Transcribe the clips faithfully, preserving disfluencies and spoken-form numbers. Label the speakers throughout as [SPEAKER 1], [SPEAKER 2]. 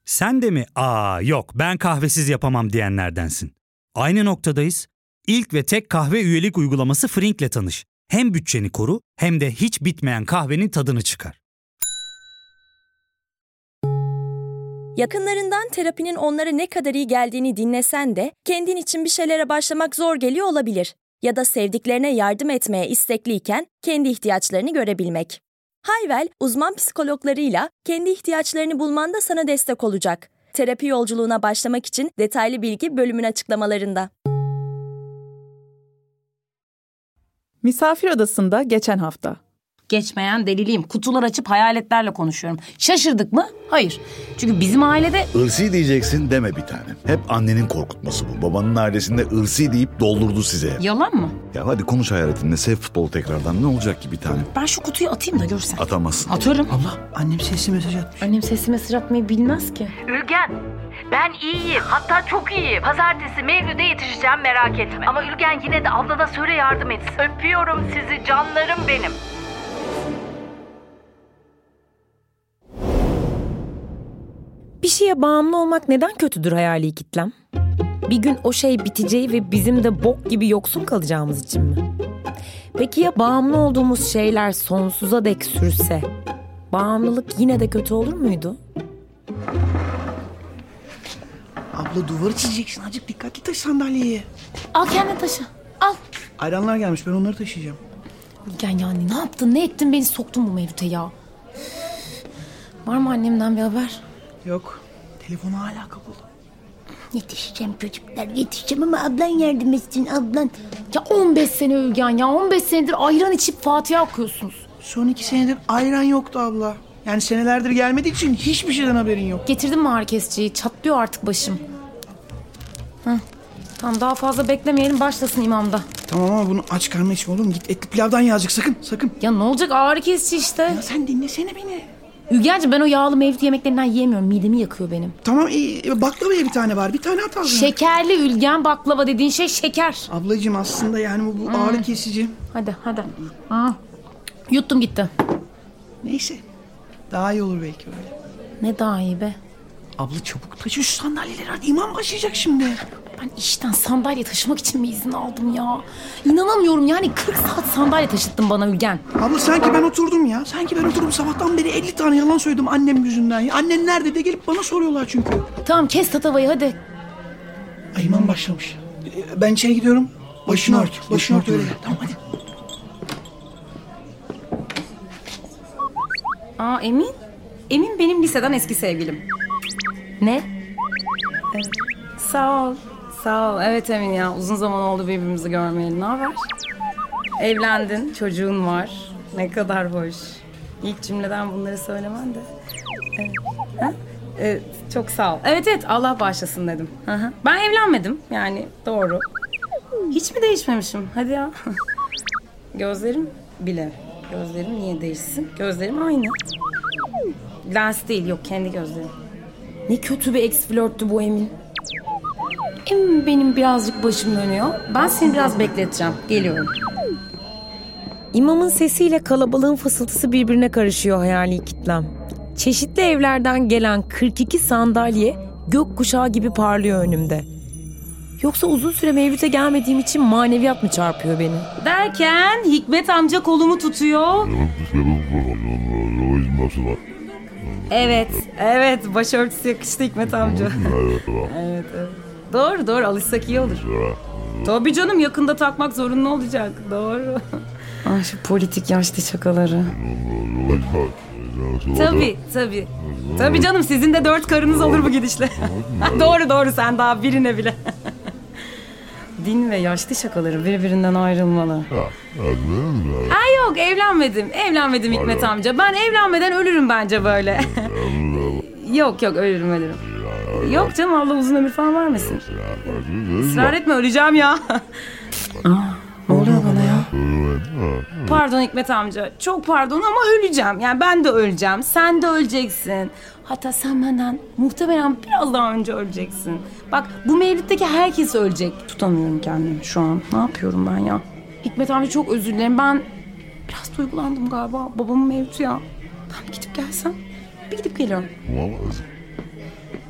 [SPEAKER 1] Sen de mi aa yok ben kahvesiz yapamam diyenlerdensin? Aynı noktadayız. İlk ve tek kahve üyelik uygulaması Frink'le tanış. Hem bütçeni koru hem de hiç bitmeyen kahvenin tadını çıkar.
[SPEAKER 2] Yakınlarından terapinin onlara ne kadar iyi geldiğini dinlesen de kendin için bir şeylere başlamak zor geliyor olabilir. Ya da sevdiklerine yardım etmeye istekliyken kendi ihtiyaçlarını görebilmek. Hayvel, uzman psikologlarıyla kendi ihtiyaçlarını bulmanda sana destek olacak. Terapi yolculuğuna başlamak için detaylı bilgi bölümün açıklamalarında.
[SPEAKER 3] Misafir odasında geçen hafta.
[SPEAKER 4] Geçmeyen deliliyim. Kutular açıp hayaletlerle konuşuyorum. Şaşırdık mı? Hayır. Çünkü bizim ailede...
[SPEAKER 5] Irsi diyeceksin deme bir tanem. Hep annenin korkutması bu. Babanın ailesinde ırsi deyip doldurdu size.
[SPEAKER 4] Yalan mı?
[SPEAKER 5] Ya hadi konuş hayaletinle, sev futbolu tekrardan. Ne olacak ki bir tanem?
[SPEAKER 4] Ben şu kutuyu atayım da görsen.
[SPEAKER 5] Atamazsın.
[SPEAKER 4] Atıyorum.
[SPEAKER 6] Abla annem sesli mesaj atmış.
[SPEAKER 4] Annem sesli mesaj atmayı bilmez ki.
[SPEAKER 7] Ülgen, ben iyiyim. Hatta çok iyiyim. Pazartesi Mevlüt'e yetişeceğim, merak etme. Ama Ülgen yine de ablana söyle yardım etsin. Öpüyorum sizi canlarım benim.
[SPEAKER 8] Bir şeye bağımlı olmak neden kötüdür hayali kitlem? Bir gün o şey biteceği ve bizim de bok gibi yoksun kalacağımız için mi? Peki ya bağımlı olduğumuz şeyler sonsuza dek sürse? Bağımlılık yine de kötü olur muydu?
[SPEAKER 6] Abla duvarı çizeceksin. Azıcık dikkatli taşı sandalyeyi.
[SPEAKER 4] Al kendin taşı. Al.
[SPEAKER 6] Ayranlar gelmiş, ben onları taşıyacağım.
[SPEAKER 4] Ülgen yani ne yaptın, ne ettin, beni soktun bu Mevlüt'e ya. Var mı annemden bir haber?
[SPEAKER 6] Yok, telefonu hala kapalı.
[SPEAKER 4] Yetişeceğim çocuklar, yetişeceğim ama ablan yardım etsin, ablan. Ya on beş sene Ülgen ya, on beş senedir ayran içip Fatiha okuyorsunuz.
[SPEAKER 6] Son iki senedir ayran yoktu abla. Yani senelerdir gelmediği için hiçbir şeyden haberin yok.
[SPEAKER 4] Getirdin mi ağrı kesiciyi? Çatlıyor artık başım. Heh. Tamam, daha fazla beklemeyelim, başlasın imamda.
[SPEAKER 6] Tamam ama bunu aç karnına içme olur mu? Git etli pilavdan yazık, sakın sakın.
[SPEAKER 4] Ya ne olacak, ağrı kesici işte.
[SPEAKER 6] Ya sen dinlesene beni.
[SPEAKER 4] Ülgenciğim, ben o yağlı Mevlüt yemeklerinden yiyemiyorum. Midemi yakıyor benim.
[SPEAKER 6] Tamam iyi, baklava ye bir tane var. Bir tane at ağzına.
[SPEAKER 4] Şekerli Ülgen, baklava dediğin şey şeker.
[SPEAKER 6] Ablacığım aslında yani bu, bu hmm. ağrı kesici.
[SPEAKER 4] Hadi hadi. Hmm. Yuttum gitti.
[SPEAKER 6] Neyse. Daha iyi olur belki öyle.
[SPEAKER 4] Ne daha iyi be?
[SPEAKER 6] Abla çabuk taşı şu sandalyeleri, hadi imam başlayacak şimdi.
[SPEAKER 4] Ben işten sandalye taşımak için mi izin aldım ya? İnanamıyorum yani, kırk saat sandalye taşıttın bana Ülgen.
[SPEAKER 6] Abla sanki ben oturdum ya. Sanki ben oturdum sabahtan beri elli tane yalan söyledim annem yüzünden ya. Annen nerede de gelip bana soruyorlar çünkü.
[SPEAKER 4] Tamam, kes tatavayı hadi.
[SPEAKER 6] Ay imam başlamış. Ben içeri gidiyorum. Başını ört. Başını, başını ört öyle. Tamam hadi.
[SPEAKER 4] Aa Emin? Emin benim liseden eski sevgilim. Ne? Evet. Sağ ol. Sağ ol. Evet Emin ya. Uzun zaman oldu birbirimizi görmeyeli. Ne haber? Evlendin. Çocuğun var. Ne kadar hoş. İlk cümleden bunları söylemen de. Evet. Ha? Ee, çok sağ ol. Evet evet. Allah bağışlasın dedim. Hı hı. Ben evlenmedim. Yani doğru. Hiç mi değişmemişim? Hadi ya. Gözlerim bile. Gözlerim niye değişsin? Gözlerim aynı. Lens değil, yok kendi gözlerim. Ne kötü bir ex flörttü bu Emin. Emin benim birazcık başım dönüyor. Ben seni biraz bekleteceğim. Geliyorum.
[SPEAKER 8] İmamın sesiyle kalabalığın fısıltısı birbirine karışıyor hayali kitlem. Çeşitli evlerden gelen kırk iki sandalye gökkuşağı gibi parlıyor önümde. Yoksa uzun süre Mevlüt'e gelmediğim için maneviyat mı çarpıyor beni?
[SPEAKER 4] Derken Hikmet amca kolumu tutuyor. Evet, evet. Başörtüsü yakıştı Hikmet amca. Evet, evet. Doğru, doğru. Alışsak iyi olur. Tabii canım, yakında takmak zorunlu olacak. Doğru. Ay şu politik yaşlı şakaları. Tabii, tabii. Tabii canım, sizin de dört karınız olur bu gidişle. Doğru, doğru. Sen daha birine bile. Din ve yaşlı şakaları birbirinden ayrılmalı. Ay yok, evlenmedim. Evlenmedim Hikmet amca. Ben evlenmeden ölürüm bence böyle. Yok yok, ölürüm ölürüm. Yok canım, Allah uzun ömür falan vermesin. Israr etme, öleceğim ya. Aa, ne oluyor bana ya? Pardon Hikmet amca. Çok pardon ama öleceğim. Yani ben de öleceğim. Sen de öleceksin. Hatta sen benden muhtemelen biraz daha önce öleceksin. Bak, bu Mevlüt'teki herkes ölecek. Tutamıyorum kendimi şu an. Ne yapıyorum ben ya? Hikmet amca çok özür dilerim. Ben biraz duygulandım galiba. Babamın Mevlüt'ü ya. Ben gidip gelsem. Bir gidip geliyorum.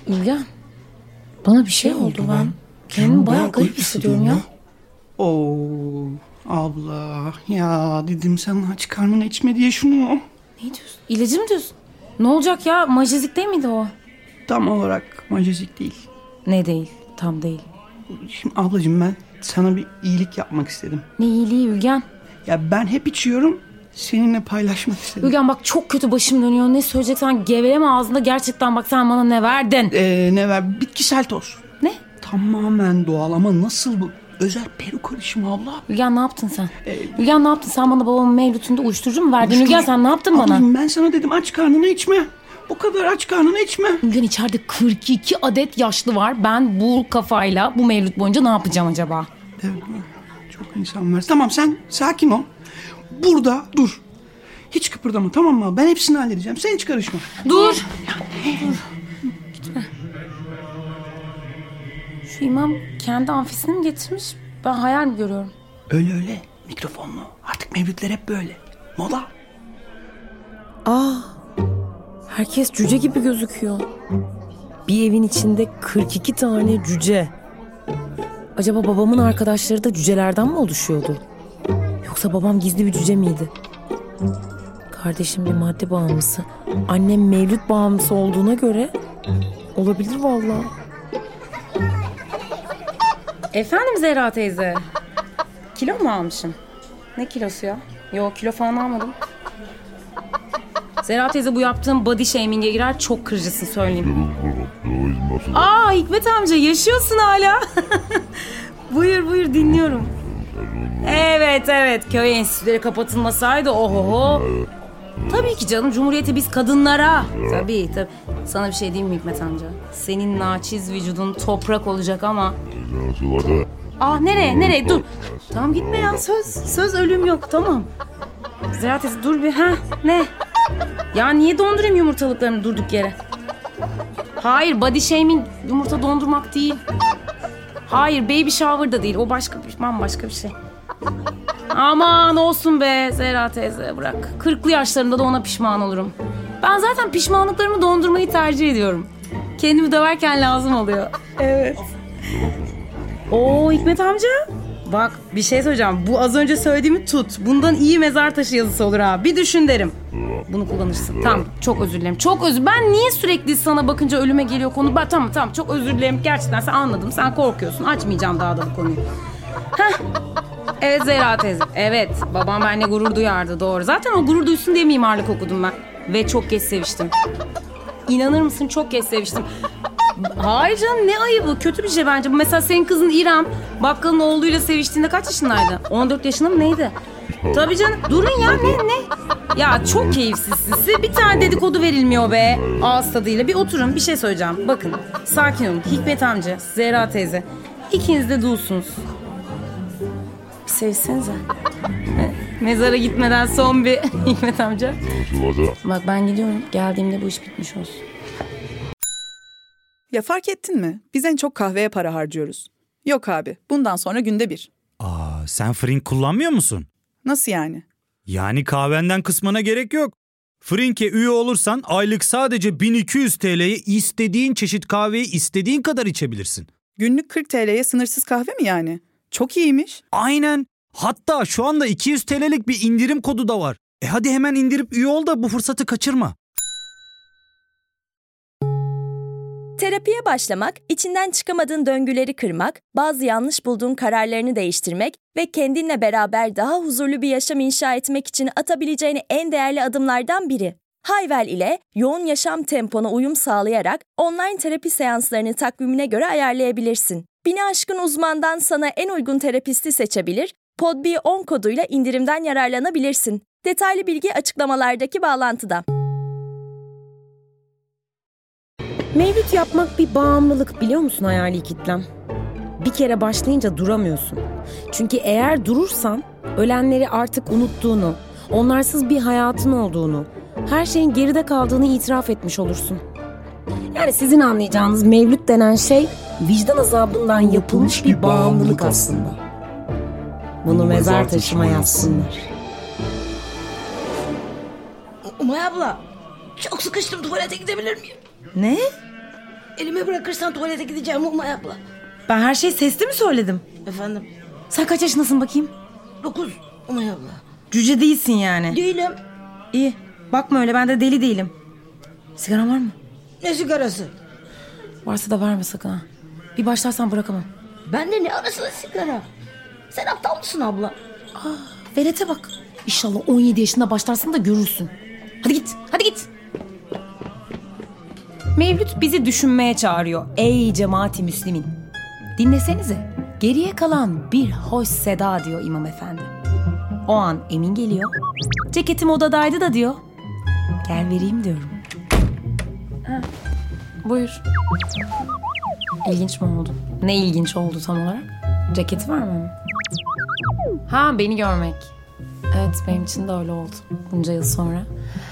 [SPEAKER 4] Ülgen, bana bir şey oldu ben. Kendimi bayağı garip hissediyorum ya.
[SPEAKER 6] Oo abla ya dedim sana aç karnına içme diye şunu.
[SPEAKER 4] Ne diyorsun? İlacı mı diyorsun? Ne olacak ya? Majezik değil miydi o?
[SPEAKER 6] Tam olarak majezik değil.
[SPEAKER 4] Ne değil? Tam değil.
[SPEAKER 6] Şimdi ablacığım ben sana bir iyilik yapmak istedim.
[SPEAKER 4] Ne iyiliği Ülgen?
[SPEAKER 6] Ya ben hep içiyorum, seninle paylaşmak istedim.
[SPEAKER 4] Ülgen bak çok kötü başım dönüyor. Ne söyleyeceksen geveleme ağzında, gerçekten bak sen bana ne verdin?
[SPEAKER 6] Ee, ne ver? Bitkisel toz.
[SPEAKER 4] Ne?
[SPEAKER 6] Tamamen doğal ama nasıl bu? Özel peruk karışımı abla.
[SPEAKER 4] Ülgen ne yaptın sen?
[SPEAKER 6] Ee,
[SPEAKER 4] Ülgen ne yaptın? Sen bana babamın mevlütünde uyuşturucu mu verdin?
[SPEAKER 6] Uyuşturucu-
[SPEAKER 4] Ülgen sen ne yaptın bana?
[SPEAKER 6] Ablacığım ben sana dedim aç karnına içme. Bu kadar aç karnına içme.
[SPEAKER 4] Ülgen içeride kırk iki adet yaşlı var. Ben bu kafayla bu mevlüt boyunca ne yapacağım acaba?
[SPEAKER 6] Evet, çok insan var. Tamam sen sakin ol. Burada dur. Hiç kıpırdama tamam mı? Ben hepsini halledeceğim. Sen hiç karışma.
[SPEAKER 4] Dur. Dur. Gitme. Şu imam kendi amfisini mi getirmiş? Ben hayal mi görüyorum?
[SPEAKER 6] Öyle öyle. Mikrofonlu. Artık mevlütler hep böyle. Moda.
[SPEAKER 8] Aa, herkes cüce gibi gözüküyor. Bir evin içinde kırk iki tane cüce. Acaba babamın arkadaşları da cücelerden mi oluşuyordu? Yoksa babam gizli bir cüce miydi? Kardeşim bir madde bağımlısı. Annem mevlüt bağımlısı olduğuna göre olabilir vallahi.
[SPEAKER 4] Efendim Zehra teyze. Kilo mu almışım? Ne kilosu ya? Yok kilo falan almadım. Zehra teyze bu yaptığım body shaming'e girer, çok kırıcısın söyleyeyim. Aa Hikmet amca yaşıyorsun hala. Buyur buyur dinliyorum. Evet evet köy enstitüleri kapatılmasaydı ohoho. Tabii ki canım, Cumhuriyeti biz kadınlara. Tabii tabii. Sana bir şey diyeyim mi Hikmet amca? Senin naçiz vücudun toprak olacak ama... Aa nereye nereye dur. Tamam gitme ya, söz. Söz ölüm yok tamam. Zehra teyze dur bir ha ne? Ya niye dondurayım yumurtalıklarını durduk yere? Hayır body shaming yumurta dondurmak değil. Hayır baby shower da değil, o başka bir bambaşka bir şey. Aman olsun be Zehra teyze bırak. Kırklı yaşlarında da ona pişman olurum. Ben zaten pişmanlıklarımı dondurmayı tercih ediyorum. Kendimi döverken lazım oluyor. Evet. Oo Hikmet amca. Bak bir şey söyleyeceğim. Bu az önce söylediğimi tut. Bundan iyi mezar taşı yazısı olur ha. Bir düşün derim. Bunu kullanırsın. Tamam çok özür dilerim. Çok özür. Ben niye sürekli sana bakınca ölüme geliyor konu? Ben, tamam tamam çok özür dilerim. Gerçekten sen anladım. Sen korkuyorsun. Açmayacağım daha da bu konuyu. Heh. Evet Zehra teyze. Evet babam benimle gurur duyardı doğru. Zaten o gurur duysun diye mimarlık okudum ben. Ve çok geç seviştim. İnanır mısın çok geç seviştim. Hayır canım ne ayıbı, kötü bir şey bence. Mesela senin kızın İrem bakkalın oğluyla seviştiğinde kaç yaşındaydı? on dört yaşında mı neydi? Tabii canım durun ya ne ne? Ya çok keyifsizsiniz. Size bir tane dedikodu verilmiyor be. Ağız tadıyla bir oturun bir şey söyleyeceğim. Bakın sakin olun Hikmet amca, Zehra teyze. İkiniz de dulsunuz. Bir sevsenize. Mezara gitmeden son bir Hikmet amca. Bak ben gidiyorum. Geldiğimde bu iş bitmiş olsun.
[SPEAKER 3] Ya fark ettin mi? Biz en çok kahveye para harcıyoruz. Yok abi, bundan sonra günde bir.
[SPEAKER 1] Aa, sen Frink kullanmıyor musun?
[SPEAKER 3] Nasıl yani?
[SPEAKER 1] Yani kahvenden kısmına gerek yok. Frink'e üye olursan aylık sadece bin iki yüz T L'ye istediğin çeşit kahveyi istediğin kadar içebilirsin.
[SPEAKER 3] Günlük kırk T L'ye sınırsız kahve mi yani? Çok iyiymiş.
[SPEAKER 1] Aynen. Hatta şu anda iki yüz T L'lik bir indirim kodu da var. E hadi hemen indirip üye ol da bu fırsatı kaçırma.
[SPEAKER 2] Terapiye başlamak, içinden çıkamadığın döngüleri kırmak, bazı yanlış bulduğun kararlarını değiştirmek ve kendinle beraber daha huzurlu bir yaşam inşa etmek için atabileceğin en değerli adımlardan biri. Hayvel ile yoğun yaşam tempona uyum sağlayarak online terapi seanslarını takvimine göre ayarlayabilirsin. Bini aşkın uzmandan sana en uygun terapisti seçebilir, Podb on koduyla indirimden yararlanabilirsin. Detaylı bilgi açıklamalardaki bağlantıda.
[SPEAKER 8] Mevlüt yapmak bir bağımlılık biliyor musun hayali kitlem? Bir kere başlayınca duramıyorsun. Çünkü eğer durursan ölenleri artık unuttuğunu, onlarsız bir hayatın olduğunu, her şeyin geride kaldığını itiraf etmiş olursun. Yani sizin anlayacağınız mevlüt denen şey vicdan azabından yapılmış bir bağımlılık aslında. Bunu mezar taşıma yazsınlar.
[SPEAKER 7] Umay abla çok sıkıştım, tuvalete gidebilir miyim?
[SPEAKER 8] Ne?
[SPEAKER 9] Elime bırakırsan tuvalete gideceğim Umay abla.
[SPEAKER 8] Ben her şeyi sesli mi söyledim?
[SPEAKER 9] Efendim?
[SPEAKER 8] Sen kaç yaşındasın bakayım?
[SPEAKER 9] Dokuz Umay abla.
[SPEAKER 8] Cüce değilsin yani.
[SPEAKER 9] Değilim.
[SPEAKER 8] İyi. Bakma öyle, ben de deli değilim. Sigaran var mı?
[SPEAKER 9] Ne sigarası?
[SPEAKER 8] Varsa da verme sakın ha. Bir başlarsan bırakamam.
[SPEAKER 9] Bende ne arasında sigara? Sen aptal mısın abla?
[SPEAKER 8] Aa, velete bak. İnşallah on yedi yaşında başlarsın da görürsün. Hadi git, hadi git. Mevlüt bizi düşünmeye çağırıyor. Ey cemaati Müslümin. Dinlesenize. Geriye kalan bir hoş seda diyor İmam Efendi. O an Emin geliyor. Ceketim odadaydı da diyor. Gel vereyim diyorum. Ha, buyur. İlginç mi oldu? Ne ilginç oldu tam olarak? Ceketi vermem mi? Ha, beni görmek. Evet, benim için de öyle oldu. Bunca yıl sonra.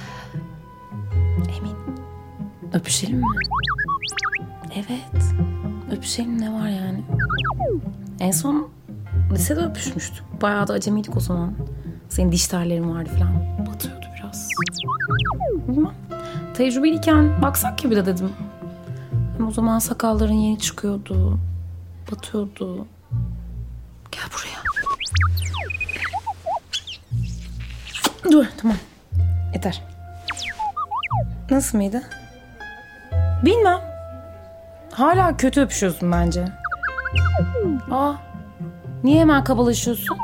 [SPEAKER 8] Emin, öpüşelim mi? Evet, öpüşelim, ne var yani? En son lisede öpüşmüştük. Bayağı da acemiydik o zaman. Senin diş terlerin vardı falan. Batıyordu biraz. Bilmem. Tecrübeliyken baksak gibi de dedim. Hem o zaman sakalların yeni çıkıyordu. Batıyordu. Gel buraya. Dur, tamam. Yeter. Nasıl mıydı? Bilmem. Hala kötü öpüşüyorsun bence. Aa, niye hemen kabalaşıyorsun?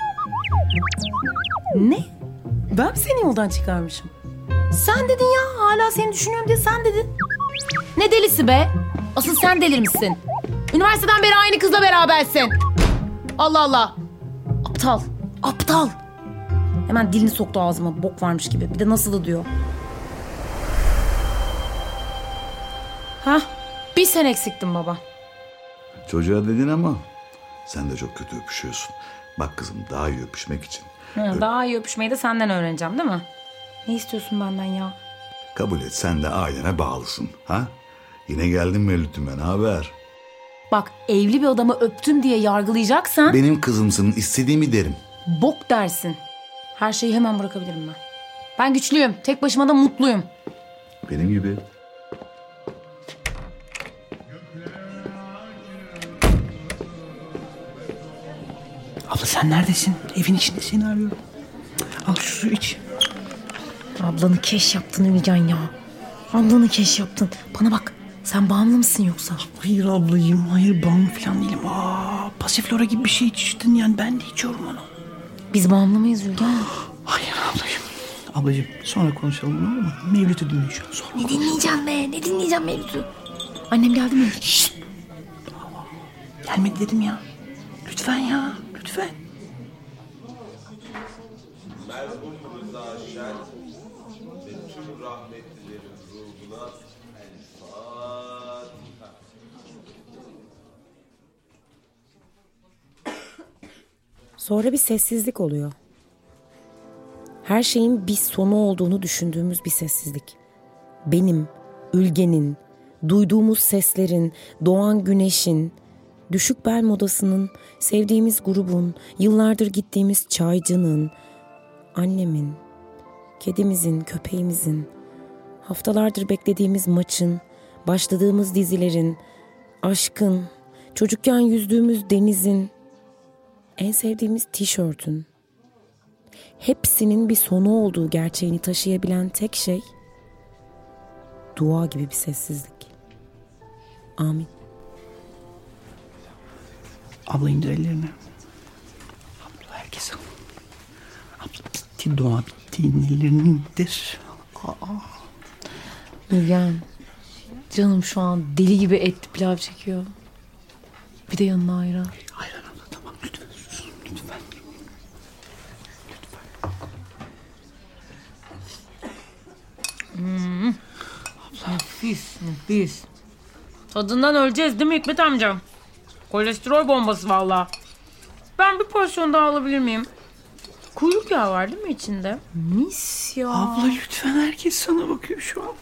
[SPEAKER 8] Ne? Ben mi seni yoldan çıkarmışım? Sen dedin ya, hala seni düşünüyorum diye sen dedin. Ne delisi be? Asıl sen delirmişsin. Üniversiteden beri aynı kızla berabersin. Allah Allah. Aptal, aptal. Hemen dilini soktu ağzıma, bok varmış gibi. Bir de nasıl diyor. Hah, bir sen eksiktin baba.
[SPEAKER 5] Çocuğa dedin ama sen de çok kötü öpüşüyorsun. Bak kızım, daha iyi öpüşmek için.
[SPEAKER 8] Hı, daha iyi öpüşmeyi de senden öğreneceğim değil mi? Ne istiyorsun benden ya?
[SPEAKER 5] Kabul et, sen de ailene bağlısın. Ha? Yine geldin Mevlüt'üme, ne haber?
[SPEAKER 8] Bak, evli bir adamı öptün diye yargılayacaksan...
[SPEAKER 5] Benim kızımsın, istediğimi derim.
[SPEAKER 8] Bok dersin. Her şeyi hemen bırakabilirim ben. Ben güçlüyüm, tek başıma da mutluyum.
[SPEAKER 5] Benim gibi.
[SPEAKER 6] Abla sen neredesin? Evin içinde seni arıyorum. Al şu suyu iç.
[SPEAKER 8] Ablanı keş yaptın Ümücan ya. Ablanı keş yaptın. Bana bak, sen bağımlı mısın yoksa?
[SPEAKER 6] Hayır ablacığım, hayır, bağımlı falan değilim. Aa, pasiflora gibi bir şey içtin yani, ben de içiyorum onu.
[SPEAKER 8] Biz bağımlı mıyız Ülgen?
[SPEAKER 6] Hayır ablacığım. Ablacığım sonra konuşalım, olur mu? Mevlüt'ü dinle şu an. Sonra
[SPEAKER 8] ne dinleyeceğim be? Ne dinleyeceğim Mevlüt'ü? Annem geldi mi?
[SPEAKER 6] Şşt. Gelmedi dedim ya. Lütfen ya, lütfen.
[SPEAKER 10] Merhum Rıza Şen ve tüm rahmetlilerin ruhuna El Fatiha.
[SPEAKER 8] Sonra bir sessizlik oluyor. Her şeyin bir sonu olduğunu düşündüğümüz bir sessizlik. Benim, Ülgen'in, duyduğumuz seslerin, doğan güneşin, düşük bel modasının, sevdiğimiz grubun, yıllardır gittiğimiz çaycının, annemin, kedimizin, köpeğimizin, haftalardır beklediğimiz maçın, başladığımız dizilerin, aşkın, çocukken yüzdüğümüz denizin, en sevdiğimiz tişörtün, hepsinin bir sonu olduğu gerçeğini taşıyabilen tek şey, dua gibi bir sessizlik. Amin.
[SPEAKER 6] Abla indir ellerini. Abla herkes al. Abla bitti, dua bitti. Ellerini indir. Aa.
[SPEAKER 8] Ülgen, canım şu an deli gibi etli pilav çekiyor. Bir de yanına ayran.
[SPEAKER 6] Ayran abla, tamam, lütfen sus. Lütfen. Lütfen.
[SPEAKER 8] Hmm. Abla. Nefis, nefis. Tadından öleceğiz değil mi Hikmet amcam? Kolesterol bombası valla. Ben bir porsiyon daha alabilir miyim? Kuyruk yağı var değil mi içinde? Mis ya.
[SPEAKER 6] Abla lütfen, herkes sana bakıyor şu an.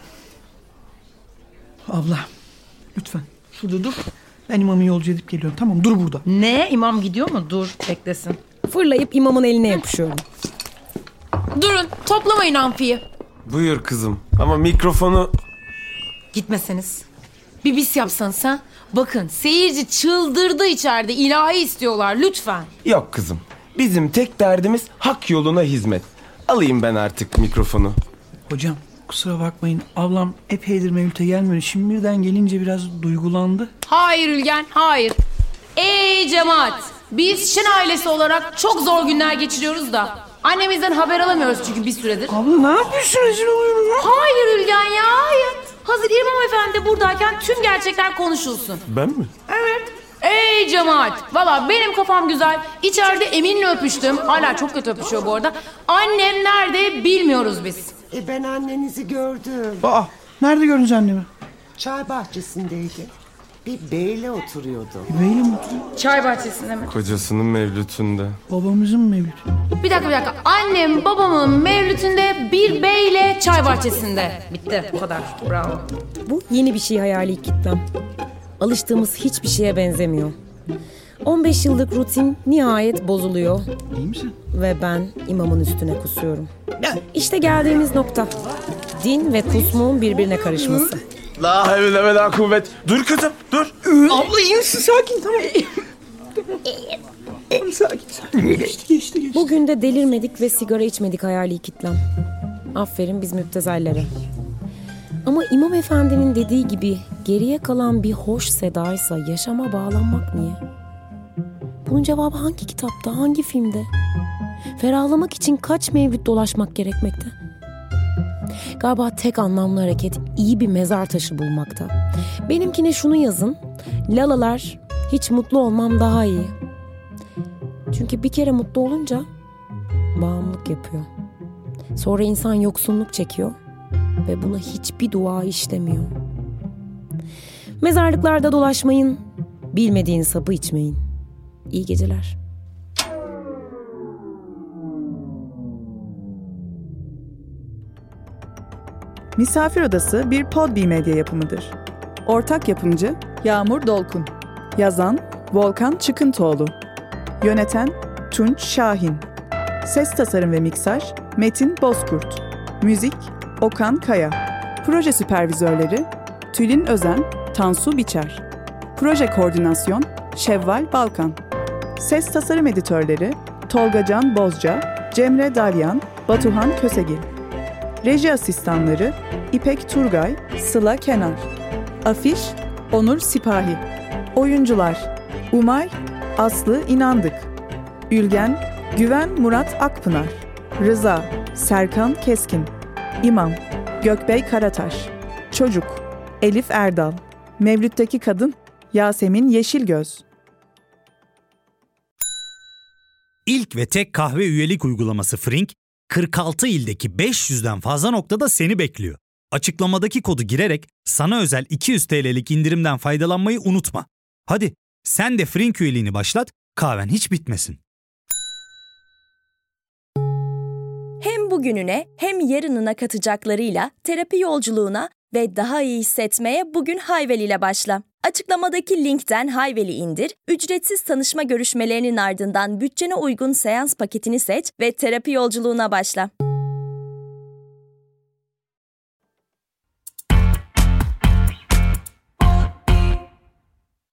[SPEAKER 6] Abla lütfen şurada dur. Ben imamı yolcu edip geliyorum, tamam, dur burada.
[SPEAKER 8] Ne? İmam gidiyor mu? Dur, beklesin. Fırlayıp imamın eline yapışıyorum. Durun, toplamayın amfiyi.
[SPEAKER 10] Buyur kızım ama mikrofonu...
[SPEAKER 8] Gitmeseniz.
[SPEAKER 11] Bir bis yapsan sen. Bakın seyirci çıldırdı içeride. İlahi istiyorlar lütfen.
[SPEAKER 12] Yok kızım. Bizim tek derdimiz hak yoluna hizmet. Alayım ben artık mikrofonu.
[SPEAKER 6] Hocam kusura bakmayın. Ablam epeydir Mevlüt'e gelmiyor. Şimdi birden gelince biraz duygulandı.
[SPEAKER 11] Hayır Ülgen, hayır. Ey cemaat! Biz Şen ailesi olarak çok zor günler geçiriyoruz da annemizden haber alamıyoruz çünkü bir süredir.
[SPEAKER 6] Abla ne yapıyorsun? Rezil oluyorum ya.
[SPEAKER 11] Hayır Ülgen ya, hayır. Hazır İmam Efendi buradayken tüm gerçekler konuşulsun.
[SPEAKER 12] Ben mi?
[SPEAKER 11] Evet. Ey cemaat! Valla benim kafam güzel. İçeride Emin'le öpüştüm. Hala çok kötü öpüşüyor bu arada. Annem nerede bilmiyoruz biz.
[SPEAKER 13] E ben annenizi gördüm.
[SPEAKER 6] Aa, nerede gördünüz annemi?
[SPEAKER 13] Çay bahçesindeydi. Bir beyle oturuyordu.
[SPEAKER 6] Beyle mi oturuyor?
[SPEAKER 11] Çay bahçesinde mi?
[SPEAKER 12] Kocasının mevlütünde.
[SPEAKER 6] Babamızın mevlütü.
[SPEAKER 11] Bir dakika bir dakika. Annem babamın mevlütünde bir beyle çay bahçesinde. Bitti bu kadar. Bravo.
[SPEAKER 8] Bu yeni bir şey hayali kitlem. Alıştığımız hiçbir şeye benzemiyor. on beş yıllık rutin nihayet bozuluyor.
[SPEAKER 6] İyi misin?
[SPEAKER 8] Ve ben imamın üstüne kusuyorum. İşte geldiğimiz nokta. Din ve kusmuğun birbirine karışması.
[SPEAKER 12] La havle ve la kuvvet. Dur kızım dur.
[SPEAKER 6] Abla iyi misin? Sakin tamam. Tamam sakin sakin. Geçti geçti geçti.
[SPEAKER 8] Bugün de delirmedik ve sigara içmedik hayali kitlem. Aferin biz müptezellere. Ama İmam Efendi'nin dediği gibi geriye kalan bir hoş sedaysa yaşama bağlanmak niye? Bunun cevabı hangi kitapta, hangi filmde? Ferahlamak için kaç mevlüt dolaşmak gerekmekte? Galiba tek anlamlı hareket iyi bir mezar taşı bulmakta. Benimkine şunu yazın, lalalar hiç mutlu olmam daha iyi. Çünkü bir kere mutlu olunca bağımlılık yapıyor. Sonra insan yoksunluk çekiyor ve buna hiçbir dua işlemiyor. Mezarlıklarda dolaşmayın, bilmediğin sapı içmeyin. İyi geceler.
[SPEAKER 3] Misafir Odası bir Podbi medya yapımıdır. Ortak yapımcı Yağmur Dolkun. Yazan Volkan Çıkıntoğlu. Yöneten Tunç Şahin. Ses tasarım ve miksaj Metin Bozkurt. Müzik Okan Kaya. Proje süpervizörleri Tülin Özen, Tansu Biçer. Proje koordinasyon Şevval Balkan. Ses tasarım editörleri Tolga Can Bozca, Cemre Dalyan, Batuhan Kösegil. Reji asistanları İpek Turgay, Sıla Kenar. Afiş Onur Sipahi. Oyuncular Umay, Aslı İnandık. Ülgen, Güven Murat Akpınar. Rıza, Serkan Keskin. İmam, Gökbey Karataş. Çocuk, Elif Erdal. Mevlütteki kadın, Yasemin Yeşilgöz.
[SPEAKER 1] İlk ve tek kahve üyelik uygulaması Frink, kırk altı ildeki beş yüzden fazla noktada seni bekliyor. Açıklamadaki kodu girerek sana özel iki yüz TL'lik indirimden faydalanmayı unutma. Hadi sen de Frink üyeliğini başlat, kahven hiç bitmesin.
[SPEAKER 2] Hem bugününe hem yarınına katacaklarıyla terapi yolculuğuna ve daha iyi hissetmeye bugün Hayvel ile başla. Açıklamadaki linkten Hayvel'i indir, ücretsiz tanışma görüşmelerinin ardından bütçene uygun seans paketini seç ve terapi yolculuğuna başla.